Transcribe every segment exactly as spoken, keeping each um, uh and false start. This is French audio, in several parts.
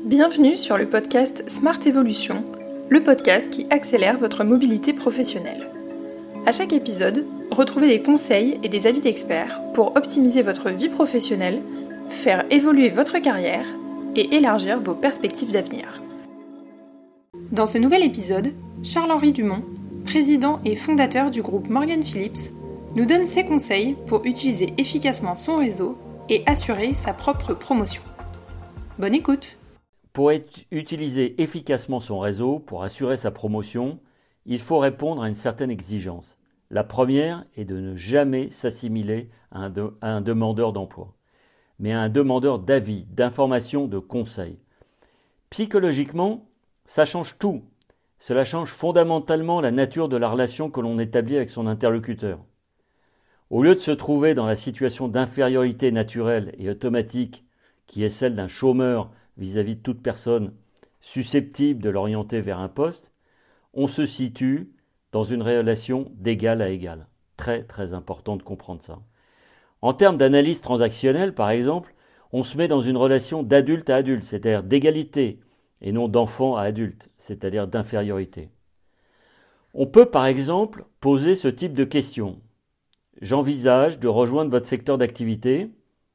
Bienvenue sur le podcast Smart Evolution, le podcast qui accélère votre mobilité professionnelle. À chaque épisode, retrouvez des conseils et des avis d'experts pour optimiser votre vie professionnelle, faire évoluer votre carrière et élargir vos perspectives d'avenir. Dans ce nouvel épisode, Charles-Henri Dumont, président et fondateur du groupe Morgan Phillips, nous donne ses conseils pour utiliser efficacement son réseau et assurer sa propre promotion. Bonne écoute! Pour utiliser efficacement son réseau, pour assurer sa promotion, il faut répondre à une certaine exigence. La première est de ne jamais s'assimiler à un, de, à un demandeur d'emploi, mais à un demandeur d'avis, d'informations, de conseils. Psychologiquement, ça change tout. Cela change fondamentalement la nature de la relation que l'on établit avec son interlocuteur. Au lieu de se trouver dans la situation d'infériorité naturelle et automatique qui est celle d'un chômeur vis-à-vis de toute personne susceptible de l'orienter vers un poste, on se situe dans une relation d'égal à égal. Très très important de comprendre ça. En termes d'analyse transactionnelle, par exemple, on se met dans une relation d'adulte à adulte, c'est-à-dire d'égalité, et non d'enfant à adulte, c'est-à-dire d'infériorité. On peut par exemple poser ce type de question. J'envisage de rejoindre votre secteur d'activité,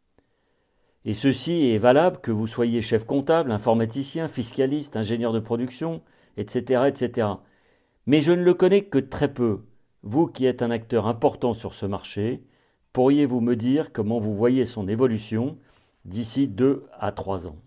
et ceci est valable que vous soyez chef comptable, informaticien, fiscaliste, ingénieur de production, et cetera, et cetera. Mais je ne le connais que très peu. Vous qui êtes un acteur important sur ce marché, pourriez-vous me dire comment vous voyez son évolution d'ici deux à trois ans?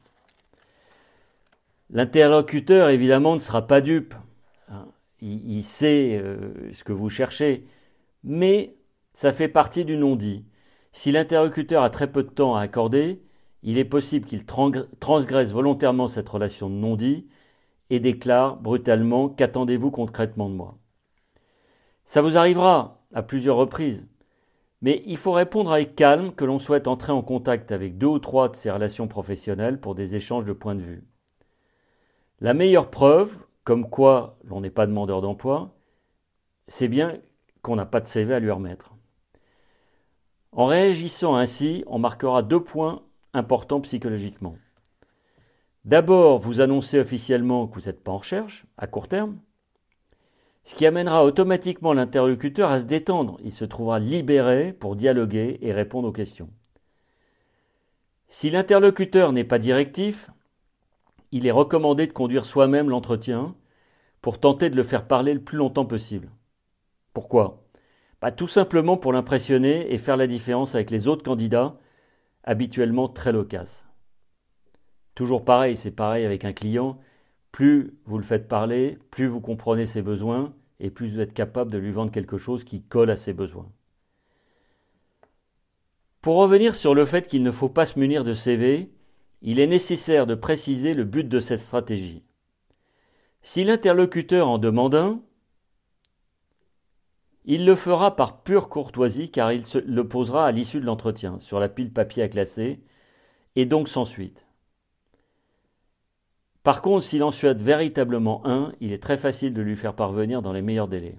L'interlocuteur, évidemment, ne sera pas dupe. Il, il sait euh, ce que vous cherchez, mais ça fait partie du non-dit. Si l'interlocuteur a très peu de temps à accorder, il est possible qu'il transgresse volontairement cette relation de non-dit et déclare brutalement « Qu'attendez-vous concrètement de moi ?» Ça vous arrivera à plusieurs reprises, mais il faut répondre avec calme que l'on souhaite entrer en contact avec deux ou trois de ces relations professionnelles pour des échanges de points de vue. La meilleure preuve, comme quoi l'on n'est pas demandeur d'emploi, c'est bien qu'on n'a pas de C V à lui remettre. En réagissant ainsi, on marquera deux points importants psychologiquement. D'abord, vous annoncez officiellement que vous n'êtes pas en recherche, à court terme, ce qui amènera automatiquement l'interlocuteur à se détendre. Il se trouvera libéré pour dialoguer et répondre aux questions. Si l'interlocuteur n'est pas directif, il est recommandé de conduire soi-même l'entretien pour tenter de le faire parler le plus longtemps possible. Pourquoi ? Bah, tout simplement pour l'impressionner et faire la différence avec les autres candidats, habituellement très loquaces. Toujours pareil, c'est pareil avec un client. Plus vous le faites parler, plus vous comprenez ses besoins et plus vous êtes capable de lui vendre quelque chose qui colle à ses besoins. Pour revenir sur le fait qu'il ne faut pas se munir de C V, il est nécessaire de préciser le but de cette stratégie. Si l'interlocuteur en demande un, il le fera par pure courtoisie car il se le posera à l'issue de l'entretien sur la pile papier à classer et donc sans suite. Par contre, s'il en souhaite véritablement un, il est très facile de lui faire parvenir dans les meilleurs délais.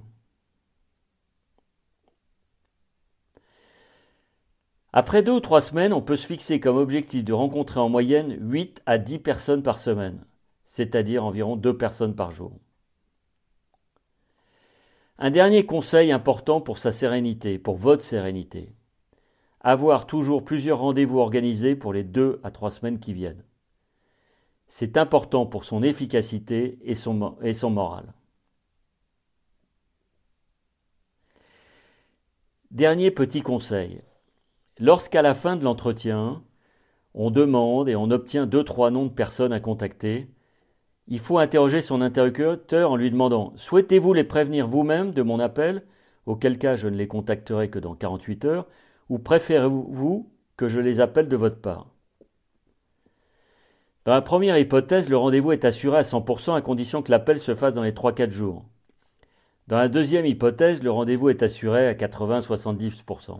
Après deux ou trois semaines, on peut se fixer comme objectif de rencontrer en moyenne huit à dix personnes par semaine, c'est-à-dire environ deux personnes par jour. Un dernier conseil important pour sa sérénité, pour votre sérénité. Avoir toujours plusieurs rendez-vous organisés pour les deux à trois semaines qui viennent. C'est important pour son efficacité et son, et son moral. Dernier petit conseil. Lorsqu'à la fin de l'entretien, on demande et on obtient deux trois noms de personnes à contacter, il faut interroger son interlocuteur en lui demandant « Souhaitez-vous les prévenir vous-même de mon appel, auquel cas je ne les contacterai que dans quarante-huit heures, ou préférez-vous que je les appelle de votre part ?» Dans la première hypothèse, le rendez-vous est assuré à cent pour cent à condition que l'appel se fasse dans les trois à quatre jours. Dans la deuxième hypothèse, le rendez-vous est assuré à quatre-vingts à soixante-dix pour cent.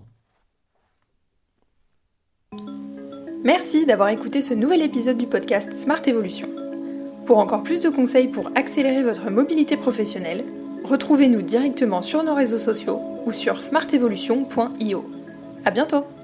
Merci d'avoir écouté ce nouvel épisode du podcast Smart Evolution. Pour encore plus de conseils pour accélérer votre mobilité professionnelle, retrouvez-nous directement sur nos réseaux sociaux ou sur smart evolution point io. À bientôt!